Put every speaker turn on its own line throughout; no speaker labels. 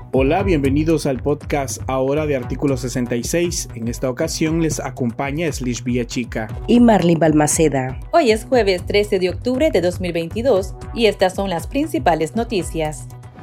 Hola, bienvenidos al podcast ahora de Artículo 66. En esta ocasión les acompaña Slish Villachica
y Marlene Balmaceda.
Hoy es jueves 13 de octubre de 2022 y estas son las principales noticias.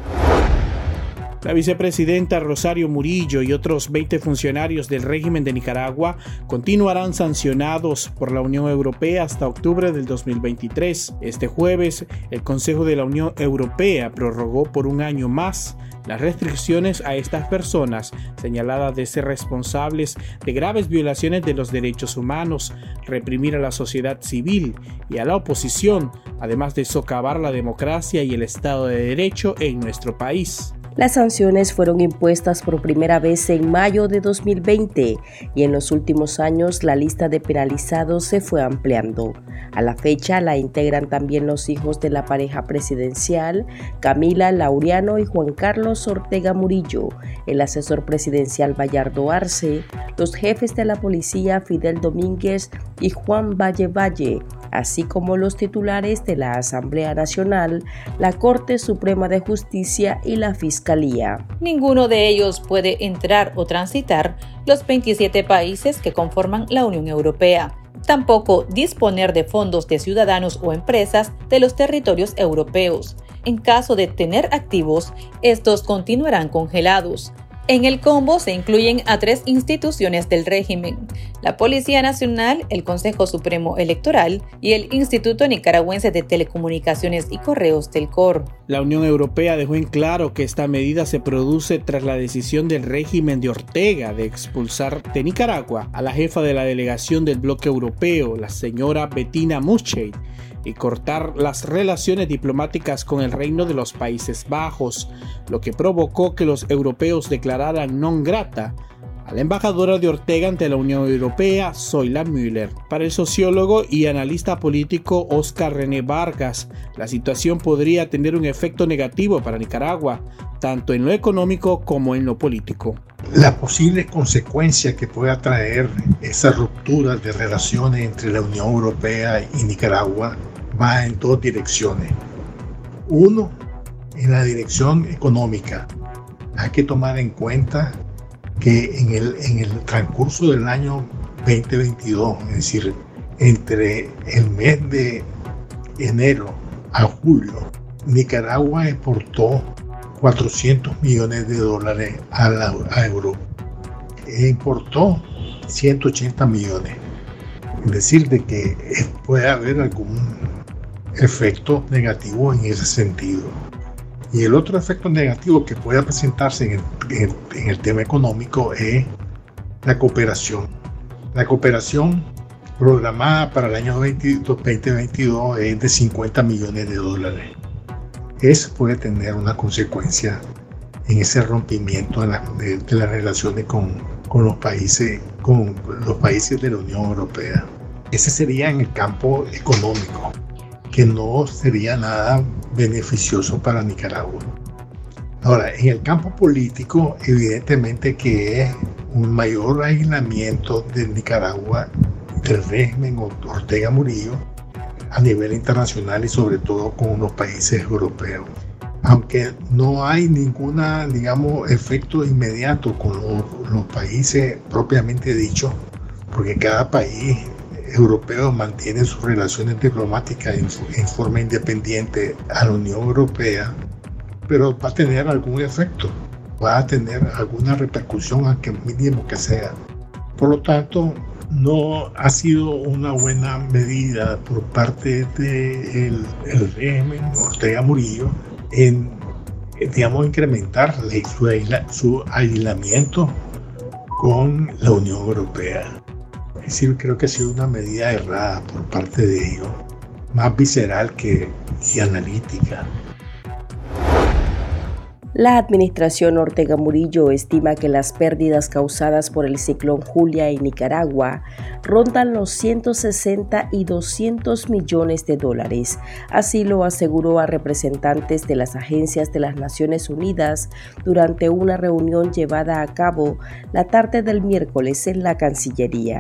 La vicepresidenta Rosario Murillo y otros 20 funcionarios del régimen de Nicaragua continuarán sancionados por la Unión Europea hasta octubre del 2023. Este jueves, el Consejo de la Unión Europea prorrogó por un año más las restricciones a estas personas señaladas de ser responsables de graves violaciones de los derechos humanos, reprimir a la sociedad civil y a la oposición, además de socavar la democracia y el Estado de Derecho en nuestro país.
Las sanciones fueron impuestas por primera vez en mayo de 2020 y en los últimos años la lista de penalizados se fue ampliando. A la fecha la integran también los hijos de la pareja presidencial, Camila Laureano y Juan Carlos Ortega Murillo, el asesor presidencial Bayardo Arce, los jefes de la policía Fidel Domínguez y Juan Valle, así como los titulares de la Asamblea Nacional, la Corte Suprema de Justicia y la Fiscalía.
Ninguno de ellos puede entrar o transitar los 27 países que conforman la Unión Europea. Tampoco disponer de fondos de ciudadanos o empresas de los territorios europeos. En caso de tener activos, estos continuarán congelados. En el combo se incluyen a 3 instituciones del régimen: la Policía Nacional, el Consejo Supremo Electoral y el Instituto Nicaragüense de Telecomunicaciones y Correos Telcor.
La Unión Europea dejó en claro que esta medida se produce tras la decisión del régimen de Ortega de expulsar de Nicaragua a la jefa de la delegación del bloque europeo, la señora Bettina Muscheit, y cortar las relaciones diplomáticas con el Reino de los Países Bajos, lo que provocó que los europeos declararan non grata a la embajadora de Ortega ante la Unión Europea, Zoila Müller. Para el sociólogo y analista político Oscar René Vargas, la situación podría tener un efecto negativo para Nicaragua, tanto en lo económico como en lo político.
La posible consecuencia que pueda traer esa ruptura de relaciones entre la Unión Europea y Nicaragua va en 2 direcciones. Uno, en la dirección económica. Hay que tomar en cuenta que en el transcurso del año 2022, es decir, entre el mes de enero a julio, Nicaragua exportó $400 millones a Europa e importó 180 millones. Es decir, de que puede haber algún efecto negativo en ese sentido. Y el otro efecto negativo que pueda presentarse en el tema económico es la cooperación. La cooperación programada para el año 2022 es de $50 millones. Eso puede tener una consecuencia en ese rompimiento de las relaciones con los países de la Unión Europea. Ese sería en el campo económico, que no sería nada beneficioso para Nicaragua. Ahora, en el campo político, evidentemente que es un mayor aislamiento de Nicaragua del régimen Ortega Murillo a nivel internacional y sobre todo con los países europeos. Aunque no hay ninguna, efecto inmediato con los países propiamente dichos, porque cada país europeo mantiene sus relaciones diplomáticas en forma independiente a la Unión Europea, pero va a tener algún efecto, va a tener alguna repercusión, aunque mínimo que sea. Por lo tanto, no ha sido una buena medida por parte del régimen Ortega Murillo en incrementar su aislamiento con la Unión Europea. Es decir, creo que ha sido una medida errada por parte de ellos, más visceral que analítica.
La administración Ortega Murillo estima que las pérdidas causadas por el ciclón Julia en Nicaragua rondan los 160 y 200 millones de dólares. Así lo aseguró a representantes de las agencias de las Naciones Unidas durante una reunión llevada a cabo la tarde del miércoles en la Cancillería.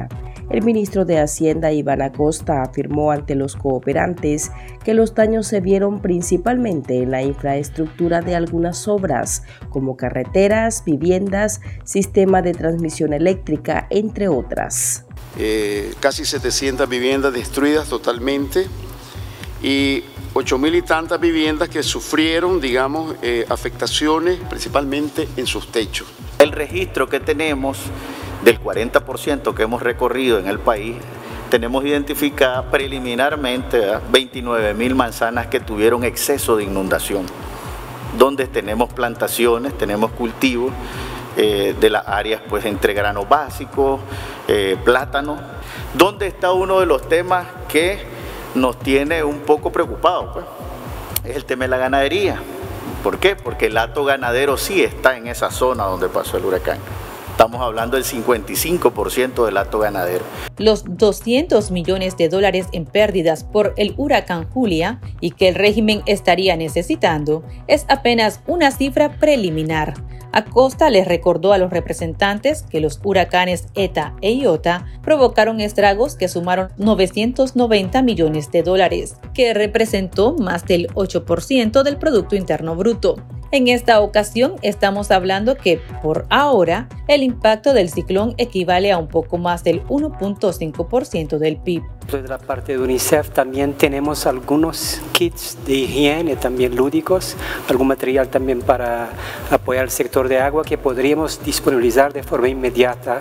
El ministro de Hacienda, Iván Acosta, afirmó ante los cooperantes que los daños se vieron principalmente en la infraestructura de algunas obras, como carreteras, viviendas, sistema de transmisión eléctrica, entre otras.
Casi 700 viviendas destruidas totalmente y 8.000 y tantas viviendas que sufrieron, digamos, afectaciones principalmente en sus techos.
El registro que tenemos del 40% que hemos recorrido en el país, tenemos identificadas preliminarmente 29.000 manzanas que tuvieron exceso de inundación, donde tenemos plantaciones, tenemos cultivos de las áreas pues entre granos básicos, plátanos, donde está uno de los temas que nos tiene un poco preocupados, pues, es el tema de la ganadería. ¿Por qué? Porque el hato ganadero sí está en esa zona donde pasó el huracán. Estamos hablando del 55% del hato ganadero.
Los 200 millones de dólares en pérdidas por el huracán Julia y que el régimen estaría necesitando es apenas una cifra preliminar. Acosta les recordó a los representantes que los huracanes ETA e IOTA provocaron estragos que sumaron 990 millones de dólares, que representó más del 8% del Producto Interno Bruto. En esta ocasión estamos hablando que, por ahora, el impacto del ciclón equivale a un poco más del 1.5% del PIB.
De la parte de UNICEF también tenemos algunos kits de higiene también lúdicos, algún material también para apoyar el sector de agua que podríamos disponibilizar de forma inmediata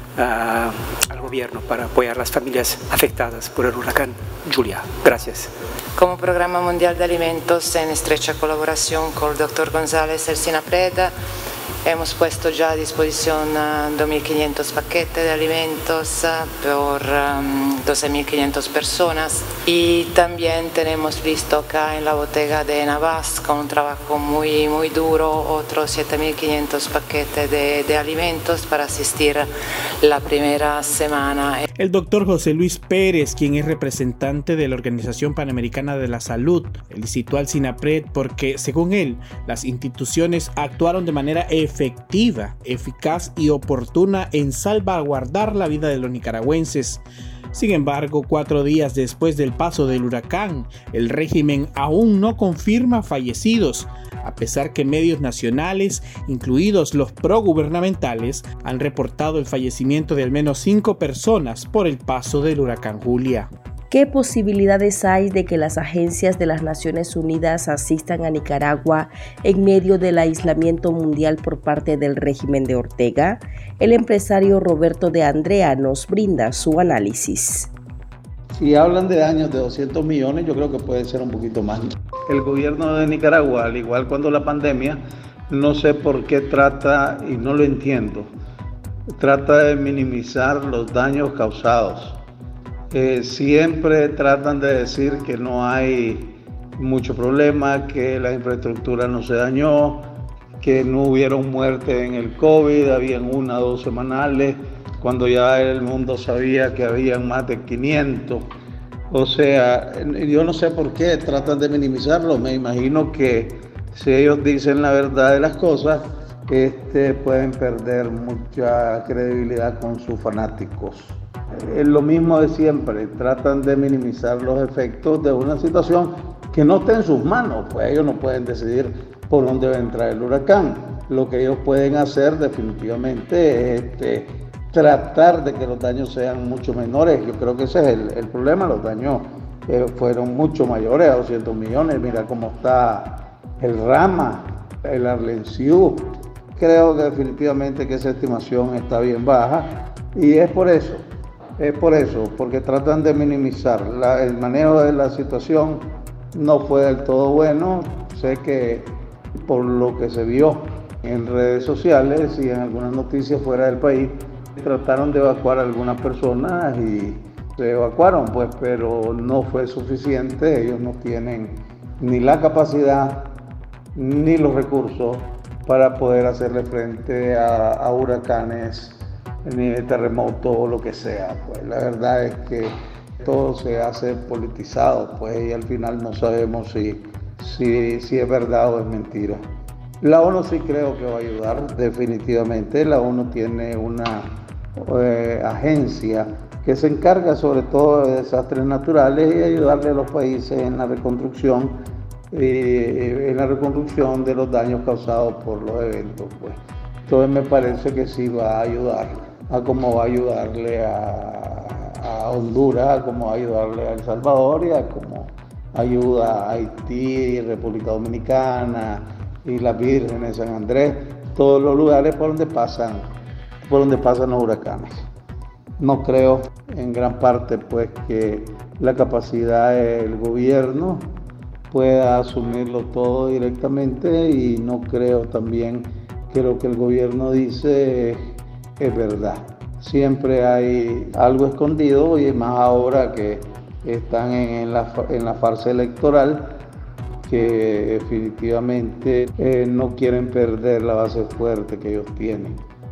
al gobierno para apoyar a las familias afectadas por el huracán Julia. Gracias.
Como Programa Mundial de Alimentos, en estrecha colaboración con el Dr. González del SINAPRED, hemos puesto ya a disposición 2.500 paquetes de alimentos por 12.500 personas y también tenemos listo acá en la bodega de Navas con un trabajo muy duro otros 7.500 paquetes de alimentos para asistir la primera semana.
El doctor José Luis Pérez, quien es representante de la Organización Panamericana de la Salud, felicitó al SINAPRED porque, según él, las instituciones actuaron de manera efectiva, eficaz y oportuna en salvaguardar la vida de los nicaragüenses. Sin embargo, 4 días después del paso del huracán, el régimen aún no confirma fallecidos, a pesar que medios nacionales, incluidos los progubernamentales, han reportado el fallecimiento de al menos 5 personas por el paso del huracán Julia.
¿Qué posibilidades hay de que las agencias de las Naciones Unidas asistan a Nicaragua en medio del aislamiento mundial por parte del régimen de Ortega? El empresario Roberto de Andrea nos brinda su análisis.
Si hablan de daños de 200 millones, yo creo que puede ser un poquito más. El gobierno de Nicaragua, al igual cuando la pandemia, no sé por qué trata, y no lo entiendo, trata de minimizar los daños causados. Siempre tratan de decir que no hay mucho problema, que la infraestructura no se dañó, que no hubieron muertes en el COVID, habían 1 o 2 semanales, cuando ya el mundo sabía que habían más de 500. O sea, yo no sé por qué tratan de minimizarlo. Me imagino que si ellos dicen la verdad de las cosas, pueden perder mucha credibilidad con sus fanáticos. Es lo mismo de siempre, tratan de minimizar los efectos de una situación que no está en sus manos, pues ellos no pueden decidir por dónde va a entrar el huracán. Lo que ellos pueden hacer definitivamente es tratar de que los daños sean mucho menores. Yo creo que ese es el problema, los daños fueron mucho mayores a 200 millones, mira cómo está el Rama, el Arlenciú. Creo que definitivamente que esa estimación está bien baja y es por eso, porque tratan de minimizar. El manejo de la situación no fue del todo bueno. Sé que por lo que se vio en redes sociales y en algunas noticias fuera del país, trataron de evacuar a algunas personas y se evacuaron, pues, pero no fue suficiente. Ellos no tienen ni la capacidad ni los recursos para poder hacerle frente a huracanes, ni terremotos o lo que sea. Pues la verdad es que todo se hace politizado, pues, y al final no sabemos si es verdad o es mentira. La ONU sí creo que va a ayudar, definitivamente. La ONU tiene una agencia que se encarga sobre todo de desastres naturales y ayudarle a los países en la reconstrucción de los daños causados por los eventos, pues. Entonces me parece que sí va a ayudar, a cómo va a ayudarle a Honduras, a cómo va a ayudarle a El Salvador y a cómo ayuda a Haití, República Dominicana, Islas Vírgenes, San Andrés, todos los lugares por donde pasan los huracanes. No creo en gran parte pues que la capacidad del gobierno pueda asumirlo todo directamente, y no creo también que lo que el gobierno dice es verdad. Siempre hay algo escondido, y más ahora que están en la farsa electoral, que definitivamente no quieren perder la base fuerte que ellos tienen.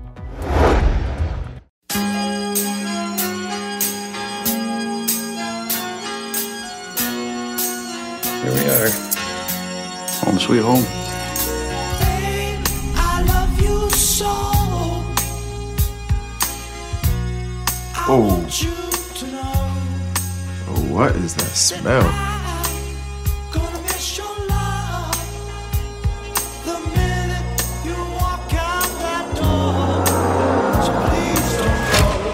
Here we are. Home sweet home.
Babe, I love you so. I want you to know.
Oh, what is that smell?
Gonna miss your love the minute you walk out that door. So please don't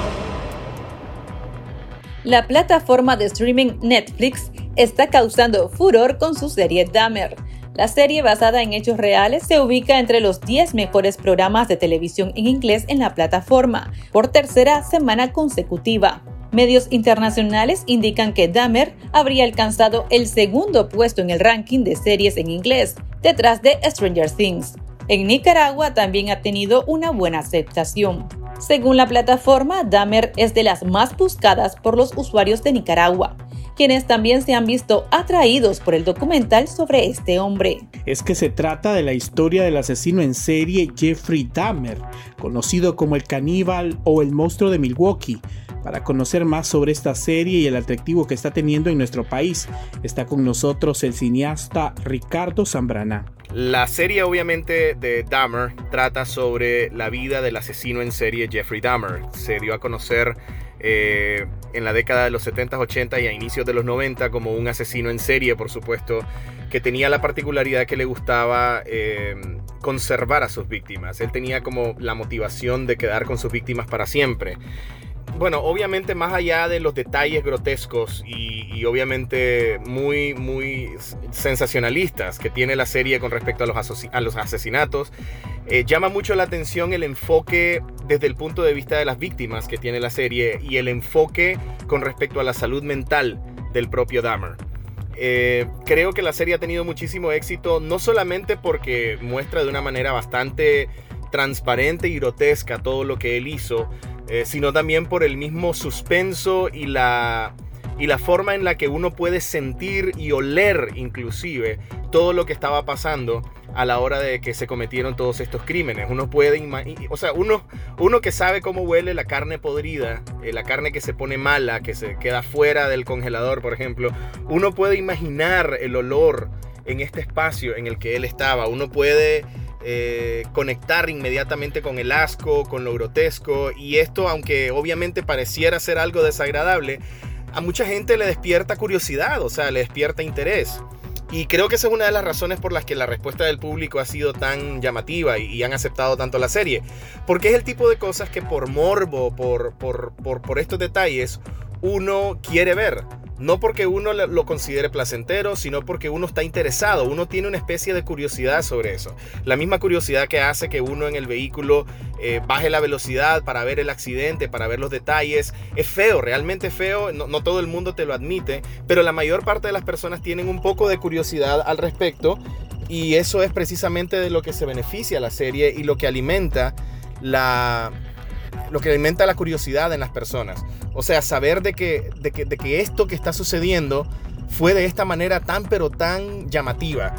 go.
La plataforma de streaming Netflix está causando furor con su serie Dahmer. La serie, basada en hechos reales, se ubica entre los 10 mejores programas de televisión en inglés en la plataforma, por tercera semana consecutiva. Medios internacionales indican que Dahmer habría alcanzado el segundo puesto en el ranking de series en inglés, detrás de Stranger Things. En Nicaragua también ha tenido una buena aceptación. Según la plataforma, Dahmer es de las más buscadas por los usuarios de Nicaragua, quienes también se han visto atraídos por el documental sobre este hombre.
Es que se trata de la historia del asesino en serie Jeffrey Dahmer, conocido como el caníbal o el monstruo de Milwaukee. Para conocer más sobre esta serie y el atractivo que está teniendo en nuestro país, está con nosotros el cineasta Ricardo Zambrana.
La serie, obviamente, de Dahmer trata sobre la vida del asesino en serie Jeffrey Dahmer. Se dio a conocer en la década de los 70s, 80 y a inicios de los 90 como un asesino en serie, por supuesto, que tenía la particularidad que le gustaba conservar a sus víctimas. Él tenía como la motivación de quedar con sus víctimas para siempre. Bueno, obviamente más allá de los detalles grotescos y obviamente muy, muy sensacionalistas que tiene la serie con respecto a los asesinatos, llama mucho la atención el enfoque desde el punto de vista de las víctimas que tiene la serie y el enfoque con respecto a la salud mental del propio Dahmer. Creo que la serie ha tenido muchísimo éxito, no solamente porque muestra de una manera bastante transparente y grotesca todo lo que él hizo, sino también por el mismo suspenso y la forma en la que uno puede sentir y oler inclusive todo lo que estaba pasando a la hora de que se cometieron todos estos crímenes. Uno puede, uno que sabe cómo huele la carne podrida, la carne que se pone mala, que se queda fuera del congelador, por ejemplo, uno puede imaginar el olor en este espacio en el que él estaba. Uno puede conectar inmediatamente con el asco, con lo grotesco, y esto, aunque obviamente pareciera ser algo desagradable, a mucha gente le despierta curiosidad, o sea, le despierta interés. Y creo que esa es una de las razones por las que la respuesta del público ha sido tan llamativa y han aceptado tanto la serie, porque es el tipo de cosas que por morbo, por estos detalles, uno quiere ver. No porque uno lo considere placentero, sino porque uno está interesado, uno tiene una especie de curiosidad sobre eso. La misma curiosidad que hace que uno en el vehículo baje la velocidad para ver el accidente, para ver los detalles. Es feo, realmente feo, no todo el mundo te lo admite, pero la mayor parte de las personas tienen un poco de curiosidad al respecto, y eso es precisamente de lo que se beneficia la serie y lo que alimenta la curiosidad en las personas. O sea, saber de que esto que está sucediendo fue de esta manera tan pero tan llamativa.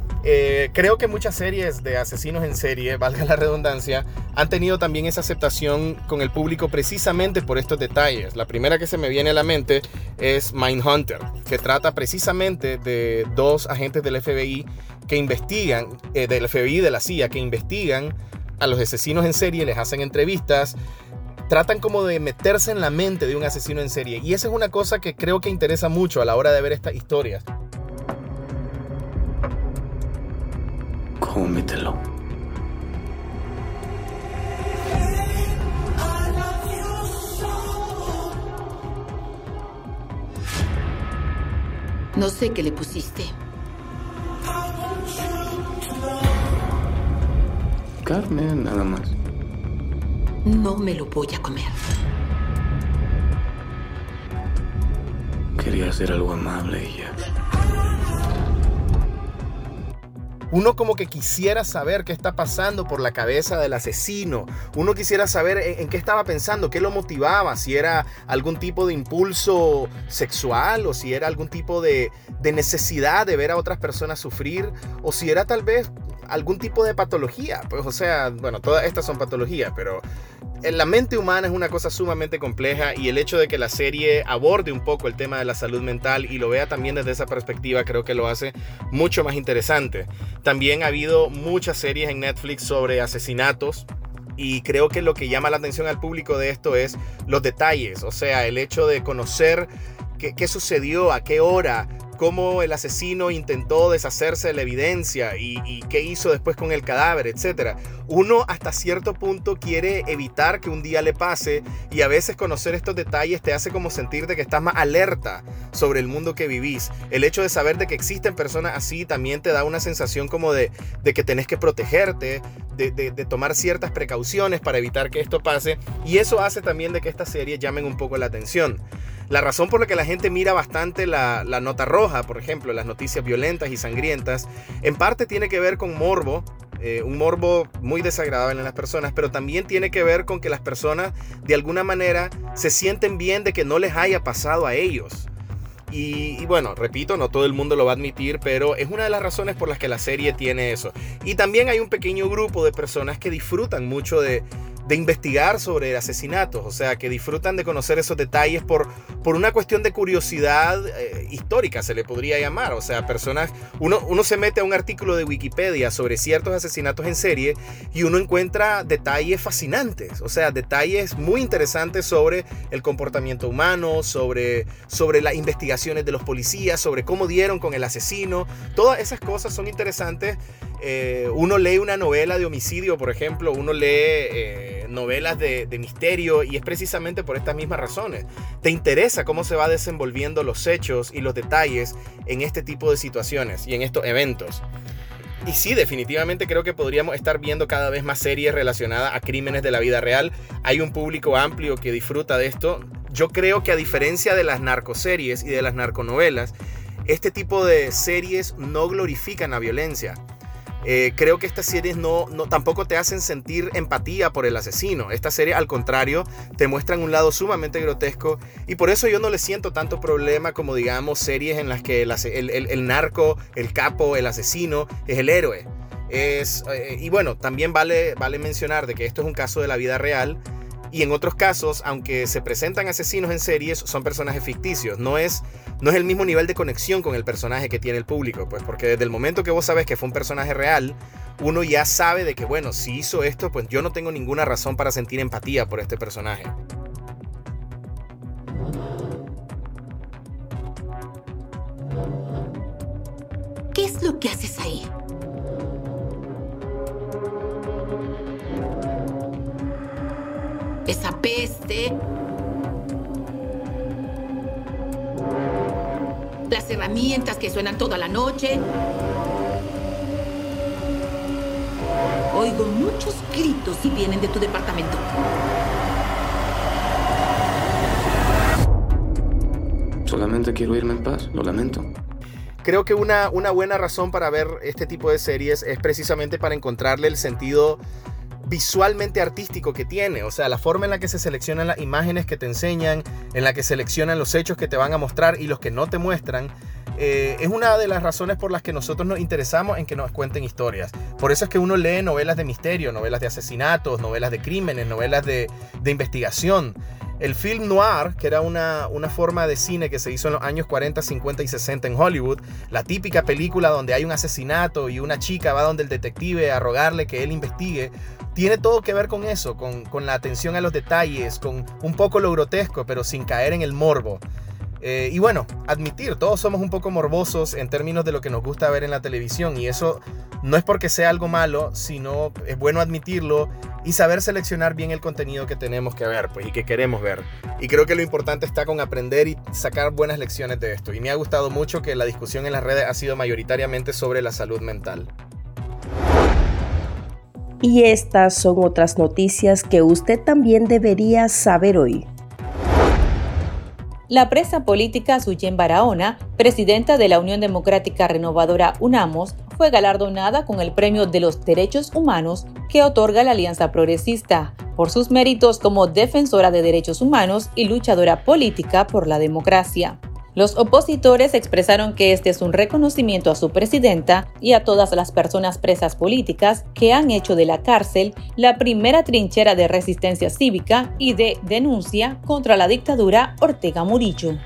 Creo que muchas series de asesinos en serie, valga la redundancia, han tenido también esa aceptación con el público precisamente por estos detalles. La primera que se me viene a la mente es Mindhunter, que trata precisamente de dos agentes del FBI que investigan, del FBI y de la CIA, que investigan a los asesinos en serie, les hacen entrevistas, tratan como de meterse en la mente de un asesino en serie. Y esa es una cosa que creo que interesa mucho a la hora de ver estas historias.
Cómetelo.
No sé qué le pusiste.
Carne, nada más.
No me lo voy a comer.
Quería hacer algo amable y ya.
Uno como que quisiera saber qué está pasando por la cabeza del asesino. Uno quisiera saber en qué estaba pensando, qué lo motivaba, si era algún tipo de impulso sexual o si era algún tipo de necesidad de ver a otras personas sufrir o si era tal vez algún tipo de patología. Pues, o sea, bueno, todas estas son patologías, pero la mente humana es una cosa sumamente compleja y el hecho de que la serie aborde un poco el tema de la salud mental y lo vea también desde esa perspectiva creo que lo hace mucho más interesante. También ha habido muchas series en Netflix sobre asesinatos y creo que lo que llama la atención al público de esto es los detalles, o sea, el hecho de conocer qué sucedió, a qué hora, cómo el asesino intentó deshacerse de la evidencia y qué hizo después con el cadáver, etc. Uno hasta cierto punto quiere evitar que un día le pase y a veces conocer estos detalles te hace como sentirte que estás más alerta sobre el mundo que vivís. El hecho de saber de que existen personas así también te da una sensación como de que tenés que protegerte, de tomar ciertas precauciones para evitar que esto pase y eso hace también de que estas series llamen un poco la atención. La razón por la que la gente mira bastante la nota roja, por ejemplo, las noticias violentas y sangrientas, en parte tiene que ver con morbo, un morbo muy desagradable en las personas, pero también tiene que ver con que las personas de alguna manera se sienten bien de que no les haya pasado a ellos. Y bueno, repito, no todo el mundo lo va a admitir, pero es una de las razones por las que la serie tiene eso. Y también hay un pequeño grupo de personas que disfrutan mucho de investigar sobre asesinatos, o sea, que disfrutan de conocer esos detalles por una cuestión de curiosidad histórica, se le podría llamar. O sea, personas, uno se mete a un artículo de Wikipedia sobre ciertos asesinatos en serie y uno encuentra detalles fascinantes, o sea, detalles muy interesantes sobre el comportamiento humano, sobre las investigaciones de los policías, sobre cómo dieron con el asesino. Todas esas cosas son interesantes. Uno lee una novela de homicidio, por ejemplo, uno lee novelas de misterio y es precisamente por estas mismas razones. Te interesa cómo se va desenvolviendo los hechos y los detalles en este tipo de situaciones y en estos eventos. Y sí, definitivamente creo que podríamos estar viendo cada vez más series relacionadas a crímenes de la vida real. Hay un público amplio que disfruta de esto. Yo creo que a diferencia de las narcoseries y de las narconovelas, este tipo de series no glorifican la violencia. Creo que estas series tampoco te hacen sentir empatía por el asesino. Estas series, al contrario, te muestran un lado sumamente grotesco y por eso yo no le siento tanto problema como, digamos, series en las que el narco, el capo, el asesino es el héroe. Y bueno, también vale mencionar de que esto es un caso de la vida real. Y en otros casos, aunque se presentan asesinos en series, son personajes ficticios. No es el mismo nivel de conexión con el personaje que tiene el público. Pues porque desde el momento que vos sabes que fue un personaje real, uno ya sabe de que, bueno, si hizo esto, pues yo no tengo ninguna razón para sentir empatía por este personaje.
¿Qué es lo que haces ahí? Esa peste. Las herramientas que suenan toda la noche. Oigo muchos gritos y vienen de tu departamento.
Solamente quiero irme en paz, lo lamento.
Creo que una buena razón para ver este tipo de series es precisamente para encontrarle el sentido visualmente artístico que tiene, o sea, la forma en la que se seleccionan las imágenes que te enseñan, en la que seleccionan los hechos que te van a mostrar y los que no te muestran, es una de las razones por las que nosotros nos interesamos en que nos cuenten historias. Por eso es que uno lee novelas de misterio, novelas de asesinatos, novelas de crímenes, novelas de investigación. El film noir, que era una forma de cine que se hizo en los años 40, 50 y 60 en Hollywood, la típica película donde hay un asesinato y una chica va donde el detective a rogarle que él investigue, tiene todo que ver con eso, con la atención a los detalles, con un poco lo grotesco, pero sin caer en el morbo. Y bueno, admitir, todos somos un poco morbosos en términos de lo que nos gusta ver en la televisión, y eso no es porque sea algo malo, sino es bueno admitirlo y saber seleccionar bien el contenido que tenemos que ver, pues, y que queremos ver. Y creo que lo importante está con aprender y sacar buenas lecciones de esto. Y me ha gustado mucho que la discusión en las redes ha sido mayoritariamente sobre la salud mental.
Y estas son otras noticias que usted también debería saber hoy.
La presa política Suyen Barahona, presidenta de la Unión Democrática Renovadora UNAMOS, fue galardonada con el Premio de los Derechos Humanos que otorga la Alianza Progresista por sus méritos como defensora de derechos humanos y luchadora política por la democracia. Los opositores expresaron que este es un reconocimiento a su presidenta y a todas las personas presas políticas que han hecho de la cárcel la primera trinchera de resistencia cívica y de denuncia contra la dictadura Ortega Murillo.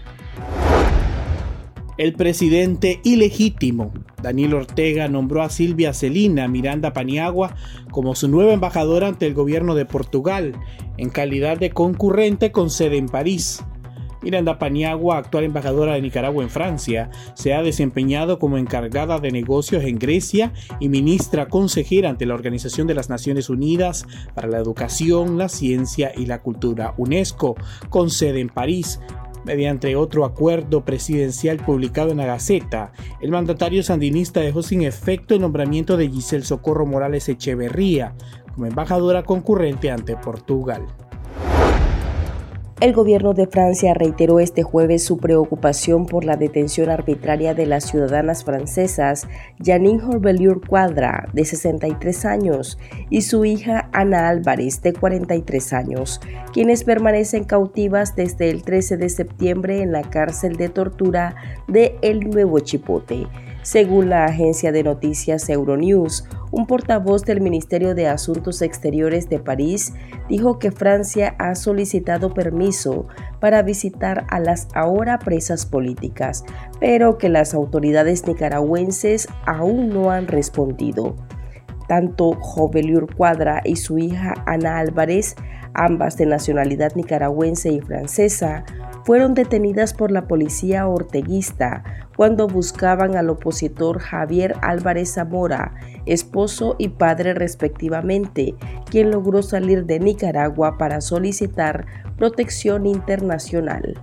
El presidente ilegítimo Daniel Ortega nombró a Silvia Celina Miranda Paniagua como su nueva embajadora ante el gobierno de Portugal, en calidad de concurrente con sede en París. Miranda Paniagua, actual embajadora de Nicaragua en Francia, se ha desempeñado como encargada de negocios en Grecia y ministra consejera ante la Organización de las Naciones Unidas para la Educación, la Ciencia y la Cultura, UNESCO, con sede en París. Mediante otro acuerdo presidencial publicado en la Gaceta, el mandatario sandinista dejó sin efecto el nombramiento de Giselle Socorro Morales Echeverría como embajadora concurrente ante Portugal.
El gobierno de Francia reiteró este jueves su preocupación por la detención arbitraria de las ciudadanas francesas Janine Horveliur-Quadra, de 63 años, y su hija Ana Álvarez, de 43 años, quienes permanecen cautivas desde el 13 de septiembre en la cárcel de tortura de El Nuevo Chipote. Según la agencia de noticias Euronews, un portavoz del Ministerio de Asuntos Exteriores de París dijo que Francia ha solicitado permiso para visitar a las ahora presas políticas, pero que las autoridades nicaragüenses aún no han respondido. Tanto Horveliur-Quadra y su hija Ana Álvarez, ambas de nacionalidad nicaragüense y francesa, fueron detenidas por la policía orteguista cuando buscaban al opositor Javier Álvarez Zamora, esposo y padre respectivamente, quien logró salir de Nicaragua para solicitar protección internacional.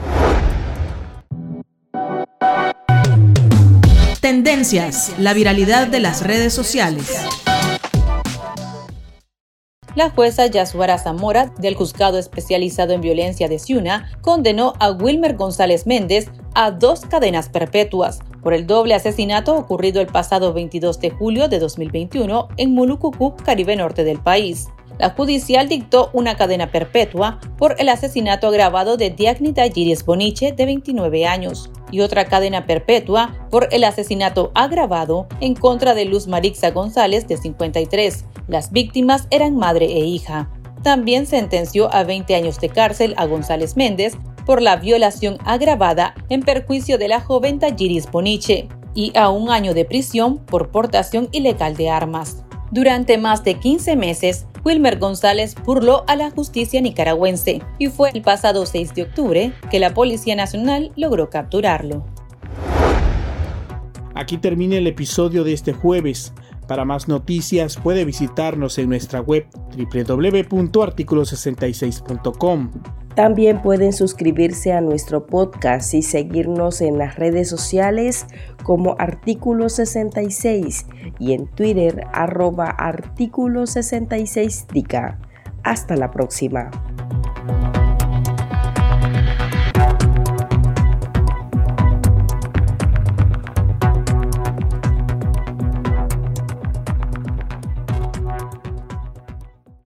Tendencias, la viralidad de las redes sociales.
La jueza Yasuara Zamora, del Juzgado Especializado en Violencia de Ciuna, condenó a Wilmer González Méndez a 2 cadenas perpetuas por el doble asesinato ocurrido el pasado 22 de julio de 2021 en Mulucucú, Caribe Norte del país. La judicial dictó una cadena perpetua por el asesinato agravado de Diagnita Giris Boniche, de 29 años, y otra cadena perpetua por el asesinato agravado en contra de Luz Marixa González, de 53. Las víctimas eran madre e hija. También sentenció a 20 años de cárcel a González Méndez por la violación agravada en perjuicio de la joven Giris Boniche y a 1 año de prisión por portación ilegal de armas. Durante más de 15 meses, Wilmer González burló a la justicia nicaragüense y fue el pasado 6 de octubre que la Policía Nacional logró capturarlo.
Aquí termina el episodio de este jueves. Para más noticias puede visitarnos en nuestra web www.articulo66.com.
También pueden suscribirse a nuestro podcast y seguirnos en las redes sociales como Artículo 66 y en Twitter @Artículo 66DICA. Hasta la próxima.